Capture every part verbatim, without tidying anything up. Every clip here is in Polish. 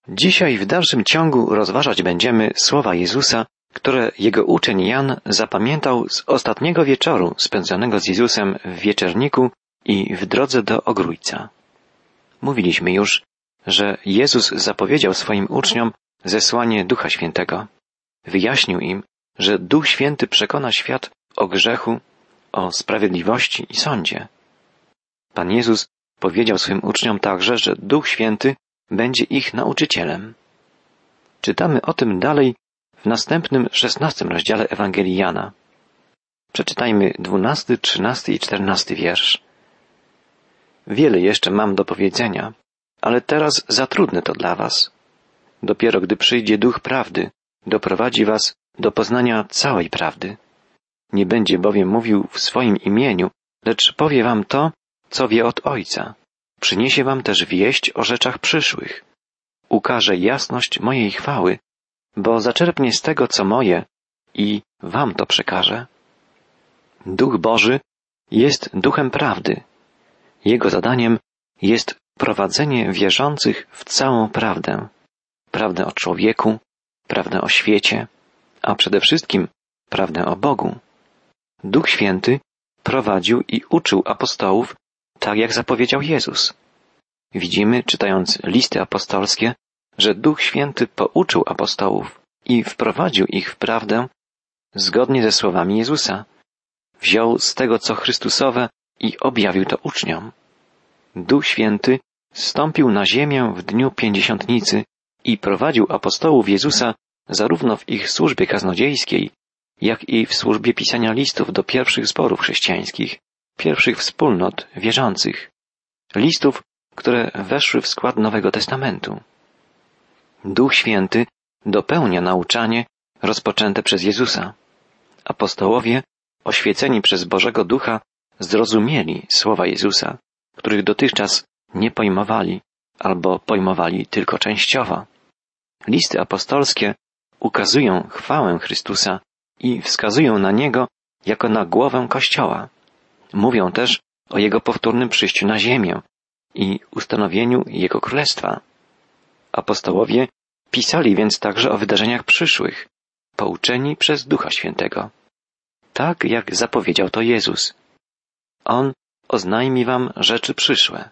Dzisiaj w dalszym ciągu rozważać będziemy słowa Jezusa, które jego uczeń Jan zapamiętał z ostatniego wieczoru spędzonego z Jezusem w wieczerniku i w drodze do Ogrójca. Mówiliśmy już, że Jezus zapowiedział swoim uczniom zesłanie Ducha Świętego. Wyjaśnił im, że Duch Święty przekona świat o grzechu, o sprawiedliwości i sądzie. Pan Jezus powiedział swym uczniom także, że Duch Święty będzie ich nauczycielem. Czytamy o tym dalej w następnym szesnastym rozdziale Ewangelii Jana. Przeczytajmy dwunasty, trzynasty i czternasty wiersz. Wiele jeszcze mam do powiedzenia, ale teraz za trudne to dla was. Dopiero gdy przyjdzie Duch Prawdy, doprowadzi was do poznania całej prawdy. Nie będzie bowiem mówił w swoim imieniu, lecz powie wam to, co wie od Ojca. Przyniesie wam też wieść o rzeczach przyszłych. Ukaże jasność mojej chwały, bo zaczerpnie z tego, co moje, i wam to przekaże. Duch Boży jest duchem prawdy. Jego zadaniem jest prowadzenie wierzących w całą prawdę. Prawdę o człowieku, prawdę o świecie, a przede wszystkim prawdę o Bogu. Duch Święty prowadził i uczył apostołów tak, jak zapowiedział Jezus. Widzimy, czytając listy apostolskie, że Duch Święty pouczył apostołów i wprowadził ich w prawdę zgodnie ze słowami Jezusa. Wziął z tego, co Chrystusowe i objawił to uczniom. Duch Święty zstąpił na ziemię w dniu Pięćdziesiątnicy i prowadził apostołów Jezusa zarówno w ich służbie kaznodziejskiej, jak i w służbie pisania listów do pierwszych zborów chrześcijańskich, pierwszych wspólnot wierzących, listów, które weszły w skład Nowego Testamentu. Duch Święty dopełnia nauczanie rozpoczęte przez Jezusa. Apostołowie, oświeceni przez Bożego Ducha, zrozumieli słowa Jezusa, których dotychczas nie pojmowali albo pojmowali tylko częściowo. Listy apostolskie ukazują chwałę Chrystusa i wskazują na Niego jako na głowę Kościoła. Mówią też o Jego powtórnym przyjściu na ziemię i ustanowieniu Jego Królestwa. Apostołowie pisali więc także o wydarzeniach przyszłych, pouczeni przez Ducha Świętego. Tak jak zapowiedział to Jezus. On oznajmi wam rzeczy przyszłe.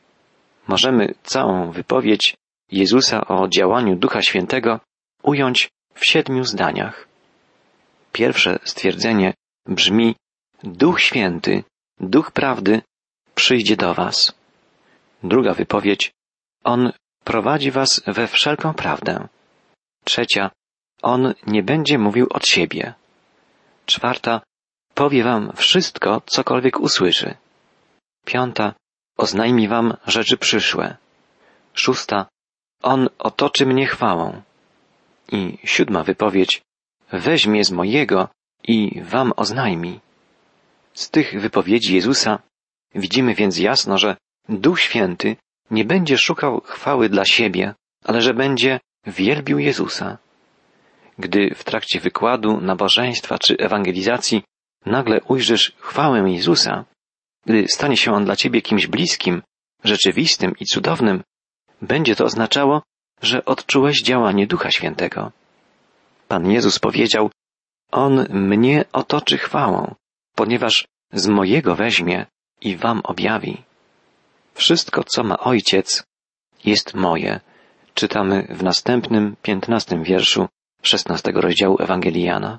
Możemy całą wypowiedź Jezusa o działaniu Ducha Świętego ująć w siedmiu zdaniach. Pierwsze stwierdzenie brzmi: Duch Święty, Duch Prawdy przyjdzie do was. Druga wypowiedź: On prowadzi was we wszelką prawdę. Trzecia: On nie będzie mówił od siebie. Czwarta: powie wam wszystko, cokolwiek usłyszy. Piąta: oznajmi wam rzeczy przyszłe. Szósta: On otoczy mnie chwałą. I siódma wypowiedź: weźmie z mojego i wam oznajmi. Z tych wypowiedzi Jezusa widzimy więc jasno, że Duch Święty nie będzie szukał chwały dla siebie, ale że będzie wielbił Jezusa. Gdy w trakcie wykładu, nabożeństwa czy ewangelizacji nagle ujrzysz chwałę Jezusa, gdy stanie się On dla ciebie kimś bliskim, rzeczywistym i cudownym, będzie to oznaczało, że odczułeś działanie Ducha Świętego. Pan Jezus powiedział: On mnie otoczy chwałą, ponieważ z mojego weźmie i wam objawi. Wszystko, co ma Ojciec, jest moje. Czytamy w następnym, piętnastym wierszu szesnastego rozdziału Ewangelii Jana.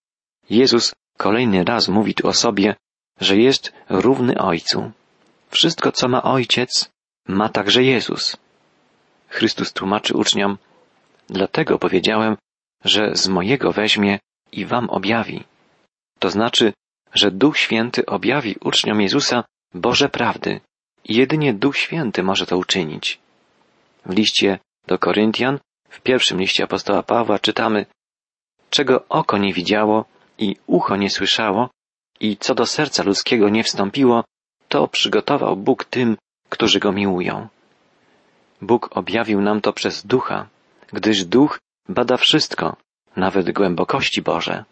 Jezus kolejny raz mówi tu o sobie, że jest równy Ojcu. Wszystko, co ma Ojciec, ma także Jezus. Chrystus tłumaczy uczniom: dlatego powiedziałem, że z mojego weźmie i wam objawi. To znaczy, że Duch Święty objawi uczniom Jezusa Boże prawdy i jedynie Duch Święty może to uczynić. W liście do Koryntian, w pierwszym liście apostoła Pawła czytamy: czego oko nie widziało i ucho nie słyszało i co do serca ludzkiego nie wstąpiło, to przygotował Bóg tym, którzy Go miłują. Bóg objawił nam to przez Ducha, gdyż Duch bada wszystko, nawet głębokości Boże.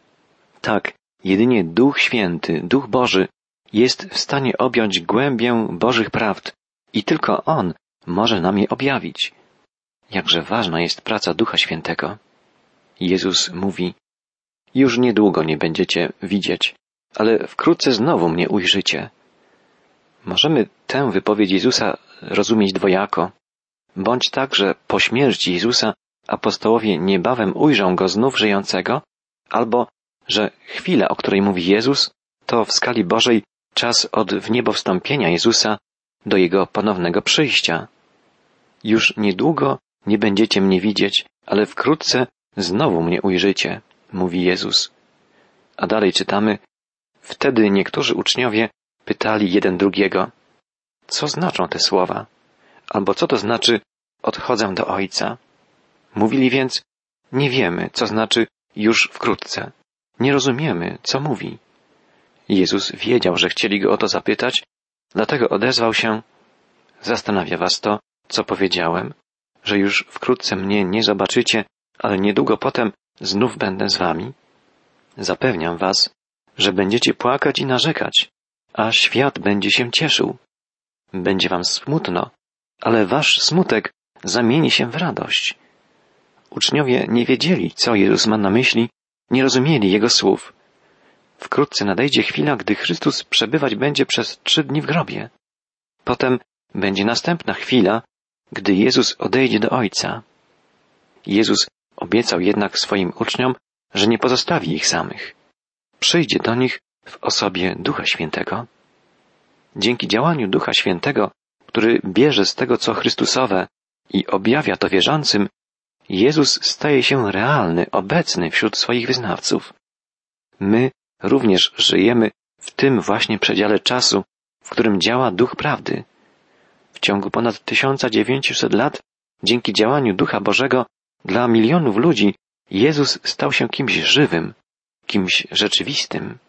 Tak, jedynie Duch Święty, Duch Boży jest w stanie objąć głębię Bożych prawd i tylko On może nam je objawić. jakże ważna jest praca Ducha Świętego. Jezus mówi: już niedługo nie będziecie widzieć, ale wkrótce znowu mnie ujrzycie. Możemy tę wypowiedź Jezusa rozumieć dwojako. Bądź tak, że po śmierci Jezusa apostołowie niebawem ujrzą Go znów żyjącego, albo że chwila, o której mówi Jezus, to w skali Bożej czas od wniebowstąpienia Jezusa do Jego ponownego przyjścia. Już niedługo nie będziecie mnie widzieć, ale wkrótce znowu mnie ujrzycie, mówi Jezus. A dalej czytamy: wtedy niektórzy uczniowie pytali jeden drugiego: co znaczą te słowa? Albo co to znaczy odchodzę do Ojca? Mówili więc: nie wiemy, co znaczy już wkrótce. Nie rozumiemy, co mówi. Jezus wiedział, że chcieli Go o to zapytać, dlatego odezwał się: zastanawia was to, co powiedziałem, że już wkrótce mnie nie zobaczycie, ale niedługo potem znów będę z wami? Zapewniam was, że będziecie płakać i narzekać, a świat będzie się cieszył. Będzie wam smutno, ale wasz smutek zamieni się w radość. Uczniowie nie wiedzieli, co Jezus ma na myśli, nie rozumieli Jego słów. Wkrótce nadejdzie chwila, gdy Chrystus przebywać będzie przez trzy dni w grobie. Potem będzie następna chwila, gdy Jezus odejdzie do Ojca. Jezus obiecał jednak swoim uczniom, że nie pozostawi ich samych. Przyjdzie do nich w osobie Ducha Świętego. Dzięki działaniu Ducha Świętego, który bierze z tego, co Chrystusowe i objawia to wierzącym, Jezus staje się realny, obecny wśród swoich wyznawców. My również żyjemy w tym właśnie przedziale czasu, w którym działa Duch Prawdy. W ciągu ponad tysiąc dziewięćset lat, dzięki działaniu Ducha Bożego, dla milionów ludzi Jezus stał się kimś żywym, kimś rzeczywistym.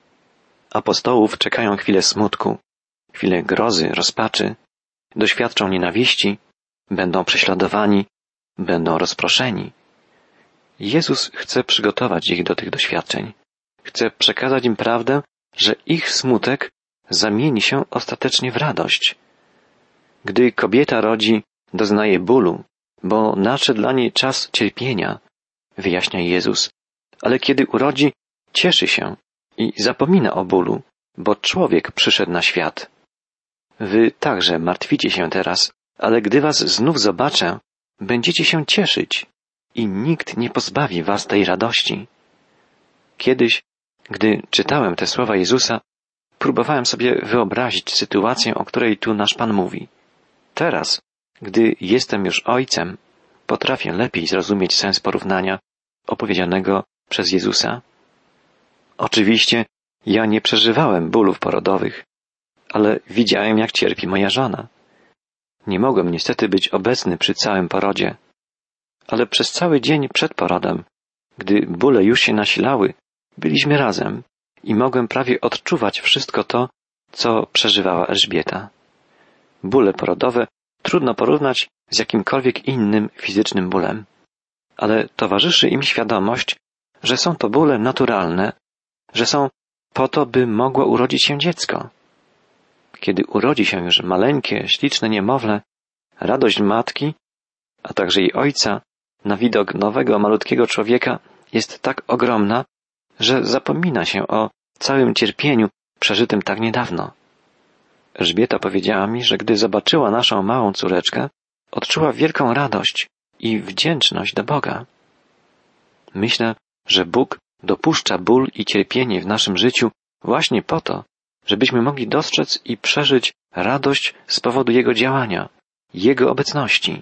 Apostołów czekają chwile smutku, chwile grozy, rozpaczy, doświadczą nienawiści, będą prześladowani, będą rozproszeni. Jezus chce przygotować ich do tych doświadczeń. Chce przekazać im prawdę, że ich smutek zamieni się ostatecznie w radość. Gdy kobieta rodzi, doznaje bólu, bo nadszedł dla niej czas cierpienia, wyjaśnia Jezus, ale kiedy urodzi, cieszy się i zapomina o bólu, bo człowiek przyszedł na świat. Wy także martwicie się teraz, ale gdy was znów zobaczę, będziecie się cieszyć i nikt nie pozbawi was tej radości. Kiedyś, gdy czytałem te słowa Jezusa, próbowałem sobie wyobrazić sytuację, o której tu nasz Pan mówi. Teraz, gdy jestem już ojcem, potrafię lepiej zrozumieć sens porównania opowiedzianego przez Jezusa. Oczywiście ja nie przeżywałem bólów porodowych, ale widziałem, jak cierpi moja żona. Nie mogłem niestety być obecny przy całym porodzie, ale przez cały dzień przed porodem, gdy bóle już się nasilały, byliśmy razem i mogłem prawie odczuwać wszystko to, co przeżywała Elżbieta. Bóle porodowe trudno porównać z jakimkolwiek innym fizycznym bólem, ale towarzyszy im świadomość, że są to bóle naturalne, że są po to, by mogło urodzić się dziecko. Kiedy urodzi się już maleńkie, śliczne niemowlę, radość matki, a także jej ojca na widok nowego, malutkiego człowieka jest tak ogromna, że zapomina się o całym cierpieniu przeżytym tak niedawno. Elżbieta powiedziała mi, że gdy zobaczyła naszą małą córeczkę, odczuła wielką radość i wdzięczność do Boga. Myślę, że Bóg dopuszcza ból i cierpienie w naszym życiu właśnie po to, żebyśmy mogli dostrzec i przeżyć radość z powodu Jego działania, Jego obecności.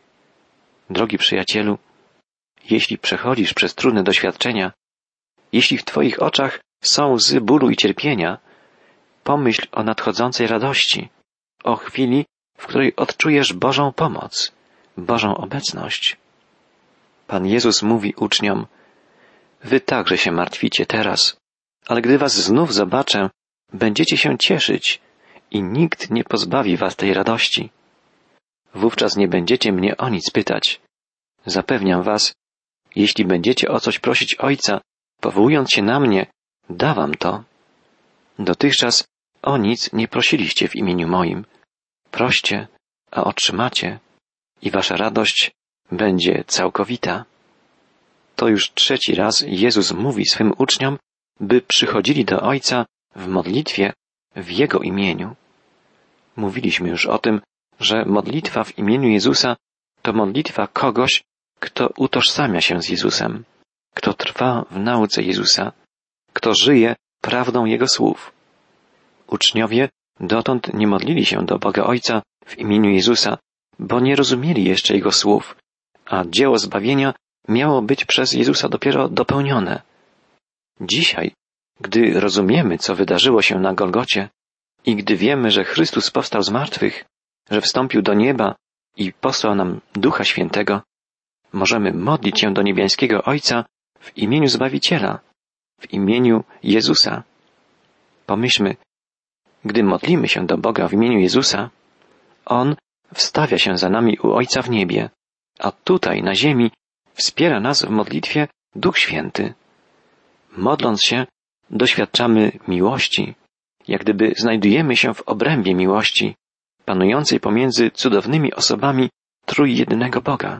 Drogi przyjacielu, jeśli przechodzisz przez trudne doświadczenia, jeśli w Twoich oczach są łzy bólu i cierpienia, pomyśl o nadchodzącej radości, o chwili, w której odczujesz Bożą pomoc, Bożą obecność. Pan Jezus mówi uczniom: wy także się martwicie teraz, ale gdy was znów zobaczę, będziecie się cieszyć i nikt nie pozbawi was tej radości. Wówczas nie będziecie mnie o nic pytać. Zapewniam was, jeśli będziecie o coś prosić Ojca, powołując się na mnie, da wam to. Dotychczas o nic nie prosiliście w imieniu moim. Proście, a otrzymacie i wasza radość będzie całkowita. To już trzeci raz Jezus mówi swym uczniom, by przychodzili do Ojca w modlitwie w Jego imieniu. Mówiliśmy już o tym, że modlitwa w imieniu Jezusa to modlitwa kogoś, kto utożsamia się z Jezusem, kto trwa w nauce Jezusa, kto żyje prawdą Jego słów. Uczniowie dotąd nie modlili się do Boga Ojca w imieniu Jezusa, bo nie rozumieli jeszcze Jego słów, a dzieło zbawienia miało być przez Jezusa dopiero dopełnione. Dzisiaj, gdy rozumiemy, co wydarzyło się na Golgocie i gdy wiemy, że Chrystus powstał z martwych, że wstąpił do nieba i posłał nam Ducha Świętego, możemy modlić się do niebiańskiego Ojca w imieniu Zbawiciela, w imieniu Jezusa. Pomyślmy, gdy modlimy się do Boga w imieniu Jezusa, On wstawia się za nami u Ojca w niebie, a tutaj, na ziemi, wspiera nas w modlitwie Duch Święty. Modląc się, doświadczamy miłości, jak gdyby znajdujemy się w obrębie miłości, panującej pomiędzy cudownymi osobami trójjednego Boga.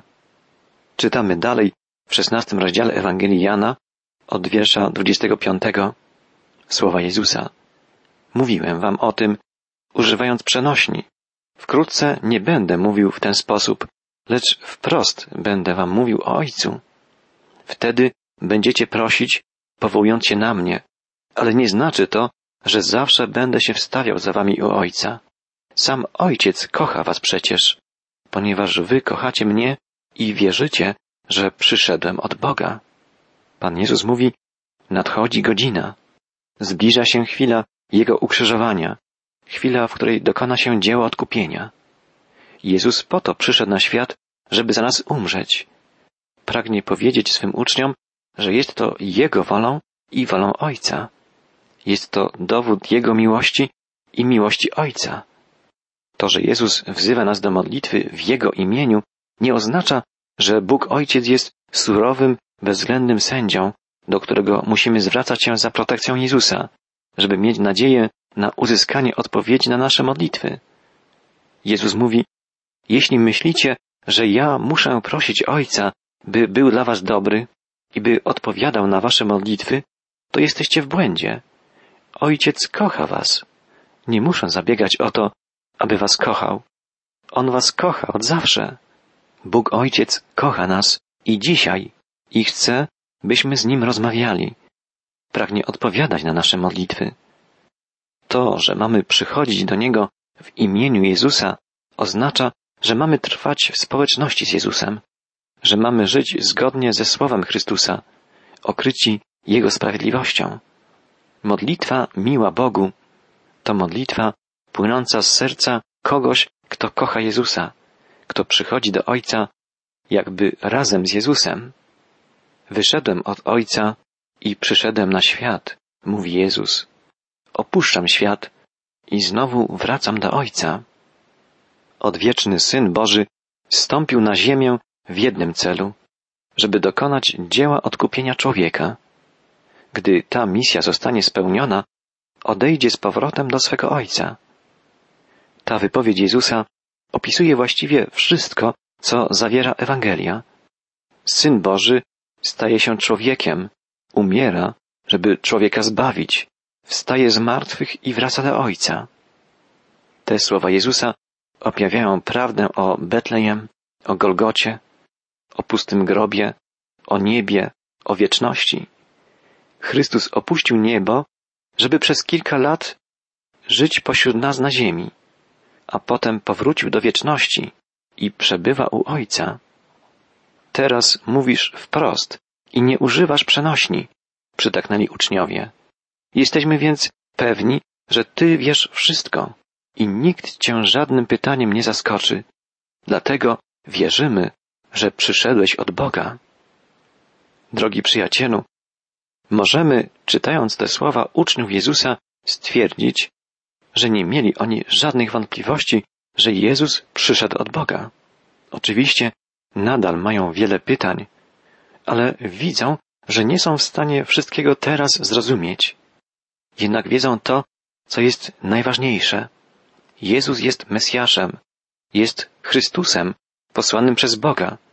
Czytamy dalej w szesnastym rozdziale Ewangelii Jana, od wiersza dwudziestego piątego, słowa Jezusa. Mówiłem wam o tym, używając przenośni. Wkrótce nie będę mówił w ten sposób, lecz wprost będę wam mówił o Ojcu. Wtedy będziecie prosić, powołując się na mnie, ale nie znaczy to, że zawsze będę się wstawiał za wami u Ojca. Sam Ojciec kocha was przecież, ponieważ wy kochacie mnie i wierzycie, że przyszedłem od Boga. Pan Jezus mówi, nadchodzi godzina. Zbliża się chwila Jego ukrzyżowania, chwila, w której dokona się dzieło odkupienia. Jezus po to przyszedł na świat, żeby za nas umrzeć. Pragnie powiedzieć swym uczniom, że jest to Jego wolą i wolą Ojca. Jest to dowód Jego miłości i miłości Ojca. To, że Jezus wzywa nas do modlitwy w Jego imieniu, nie oznacza, że Bóg Ojciec jest surowym, bezwzględnym sędzią, do którego musimy zwracać się za protekcją Jezusa, żeby mieć nadzieję na uzyskanie odpowiedzi na nasze modlitwy. Jezus mówi, jeśli myślicie, że ja muszę prosić Ojca, by był dla was dobry i by odpowiadał na wasze modlitwy, to jesteście w błędzie. Ojciec kocha was. Nie muszę zabiegać o to, aby was kochał. On was kocha od zawsze. Bóg Ojciec kocha nas i dzisiaj i chce, byśmy z Nim rozmawiali. Pragnie odpowiadać na nasze modlitwy. To, że mamy przychodzić do Niego w imieniu Jezusa, oznacza, że mamy trwać w społeczności z Jezusem, że mamy żyć zgodnie ze Słowem Chrystusa, okryci Jego sprawiedliwością. Modlitwa miła Bogu to modlitwa płynąca z serca kogoś, kto kocha Jezusa, kto przychodzi do Ojca jakby razem z Jezusem. Wyszedłem od Ojca i przyszedłem na świat, mówi Jezus. Opuszczam świat i znowu wracam do Ojca. Odwieczny Syn Boży zstąpił na ziemię w jednym celu, żeby dokonać dzieła odkupienia człowieka. Gdy ta misja zostanie spełniona, odejdzie z powrotem do swego Ojca. Ta wypowiedź Jezusa opisuje właściwie wszystko, co zawiera Ewangelia. Syn Boży staje się człowiekiem, umiera, żeby człowieka zbawić, wstaje z martwych i wraca do Ojca. Te słowa Jezusa objawiają prawdę o Betlejem, o Golgocie, o pustym grobie, o niebie, o wieczności. Chrystus opuścił niebo, żeby przez kilka lat żyć pośród nas na ziemi, a potem powrócił do wieczności i przebywa u Ojca. Teraz mówisz wprost i nie używasz przenośni, przytaknęli uczniowie. Jesteśmy więc pewni, że Ty wiesz wszystko i nikt Cię żadnym pytaniem nie zaskoczy. Dlatego wierzymy, że przyszedłeś od Boga. Drogi przyjacielu, możemy, czytając te słowa uczniów Jezusa, stwierdzić, że nie mieli oni żadnych wątpliwości, że Jezus przyszedł od Boga. Oczywiście nadal mają wiele pytań, ale widzą, że nie są w stanie wszystkiego teraz zrozumieć. Jednak wiedzą to, co jest najważniejsze. Jezus jest Mesjaszem, jest Chrystusem posłanym przez Boga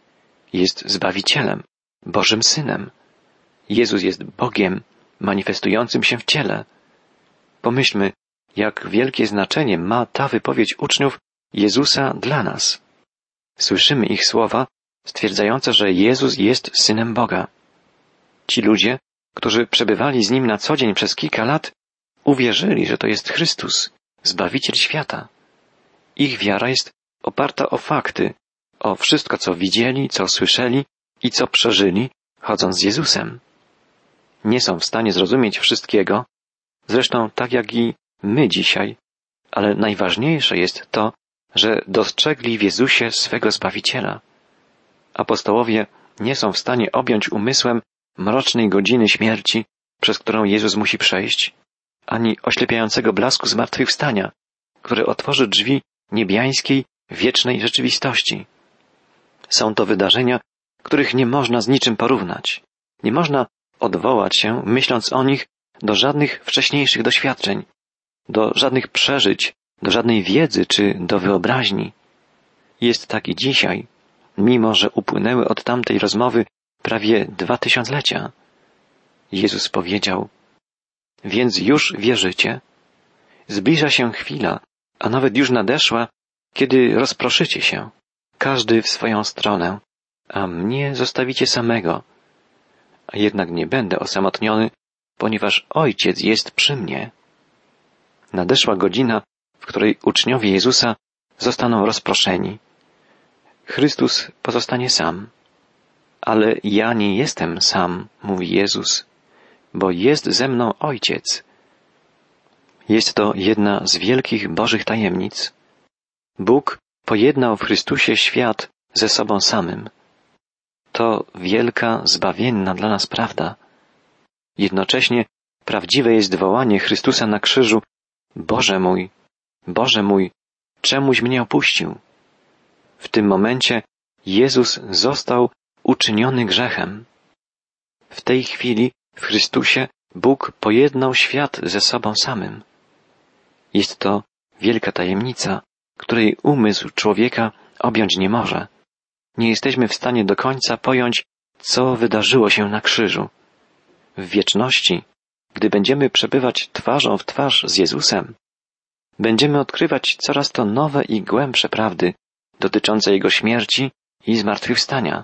jest Zbawicielem, Bożym Synem. Jezus jest Bogiem manifestującym się w ciele. Pomyślmy, jak wielkie znaczenie ma ta wypowiedź uczniów Jezusa dla nas. Słyszymy ich słowa stwierdzające, że Jezus jest Synem Boga. Ci ludzie, którzy przebywali z Nim na co dzień przez kilka lat, uwierzyli, że to jest Chrystus, Zbawiciel świata. Ich wiara jest oparta o fakty, o wszystko, co widzieli, co słyszeli i co przeżyli, chodząc z Jezusem. Nie są w stanie zrozumieć wszystkiego, zresztą tak jak i my dzisiaj, ale najważniejsze jest to, że dostrzegli w Jezusie swego Zbawiciela. Apostołowie nie są w stanie objąć umysłem mrocznej godziny śmierci, przez którą Jezus musi przejść, ani oślepiającego blasku zmartwychwstania, który otworzy drzwi niebiańskiej, wiecznej rzeczywistości. Są to wydarzenia, których nie można z niczym porównać. Nie można odwołać się, myśląc o nich, do żadnych wcześniejszych doświadczeń, do żadnych przeżyć, do żadnej wiedzy czy do wyobraźni. Jest tak i dzisiaj, mimo że upłynęły od tamtej rozmowy prawie dwa tysiąclecia. Jezus powiedział: więc już wierzycie? Zbliża się chwila, a nawet już nadeszła, kiedy rozproszycie się, każdy w swoją stronę, a mnie zostawicie samego. A jednak nie będę osamotniony, ponieważ Ojciec jest przy mnie. Nadeszła godzina, w której uczniowie Jezusa zostaną rozproszeni. Chrystus pozostanie sam. Ale ja nie jestem sam, mówi Jezus, bo jest ze mną Ojciec. Jest to jedna z wielkich Bożych tajemnic. Bóg pojednał w Chrystusie świat ze sobą samym. To wielka, zbawienna dla nas prawda. Jednocześnie prawdziwe jest wołanie Chrystusa na krzyżu: Boże mój, Boże mój, czemuś mnie opuścił? W tym momencie Jezus został uczyniony grzechem. W tej chwili w Chrystusie Bóg pojednał świat ze sobą samym. Jest to wielka tajemnica, której umysł człowieka objąć nie może. Nie jesteśmy w stanie do końca pojąć, co wydarzyło się na krzyżu. W wieczności, gdy będziemy przebywać twarzą w twarz z Jezusem, będziemy odkrywać coraz to nowe i głębsze prawdy dotyczące Jego śmierci i zmartwychwstania.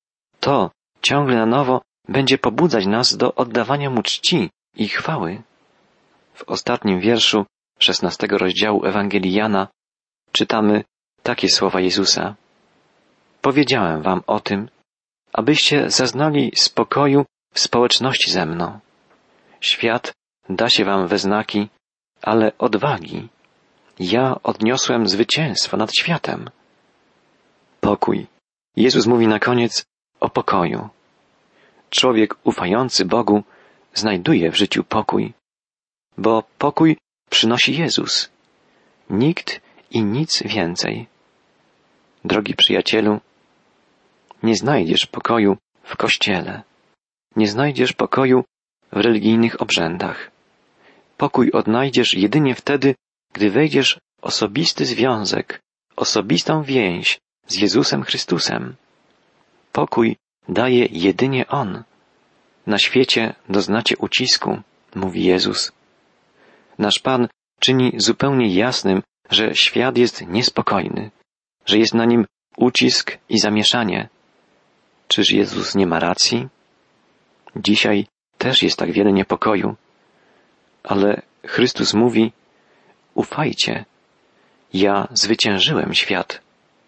To ciągle na nowo będzie pobudzać nas do oddawania Mu czci i chwały. W ostatnim wierszu szesnastego rozdziału Ewangelii Jana czytamy takie słowa Jezusa: powiedziałem wam o tym, abyście zaznali spokoju w społeczności ze mną. Świat da się wam we znaki, ale odwagi. Ja odniosłem zwycięstwo nad światem. Pokój. Jezus mówi na koniec o pokoju. Człowiek ufający Bogu znajduje w życiu pokój, bo pokój przynosi Jezus. Nikt i nic więcej. Drogi przyjacielu, nie znajdziesz pokoju w kościele. Nie znajdziesz pokoju w religijnych obrzędach. Pokój odnajdziesz jedynie wtedy, gdy wejdziesz w osobisty związek, osobistą więź z Jezusem Chrystusem. Pokój daje jedynie On. Na świecie doznacie ucisku, mówi Jezus. Nasz Pan czyni zupełnie jasnym, że świat jest niespokojny, że jest na nim ucisk i zamieszanie. Czyż Jezus nie ma racji? Dzisiaj też jest tak wiele niepokoju. Ale Chrystus mówi: ufajcie, ja zwyciężyłem świat.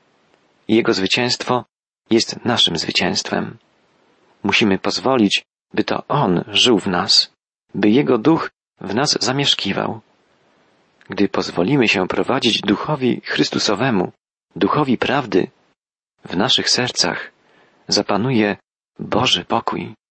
Jego zwycięstwo jest naszym zwycięstwem. Musimy pozwolić, by to On żył w nas, by Jego duch w nas zamieszkiwał. Gdy pozwolimy się prowadzić duchowi Chrystusowemu, duchowi prawdy, w naszych sercach zapanuje Boży pokój.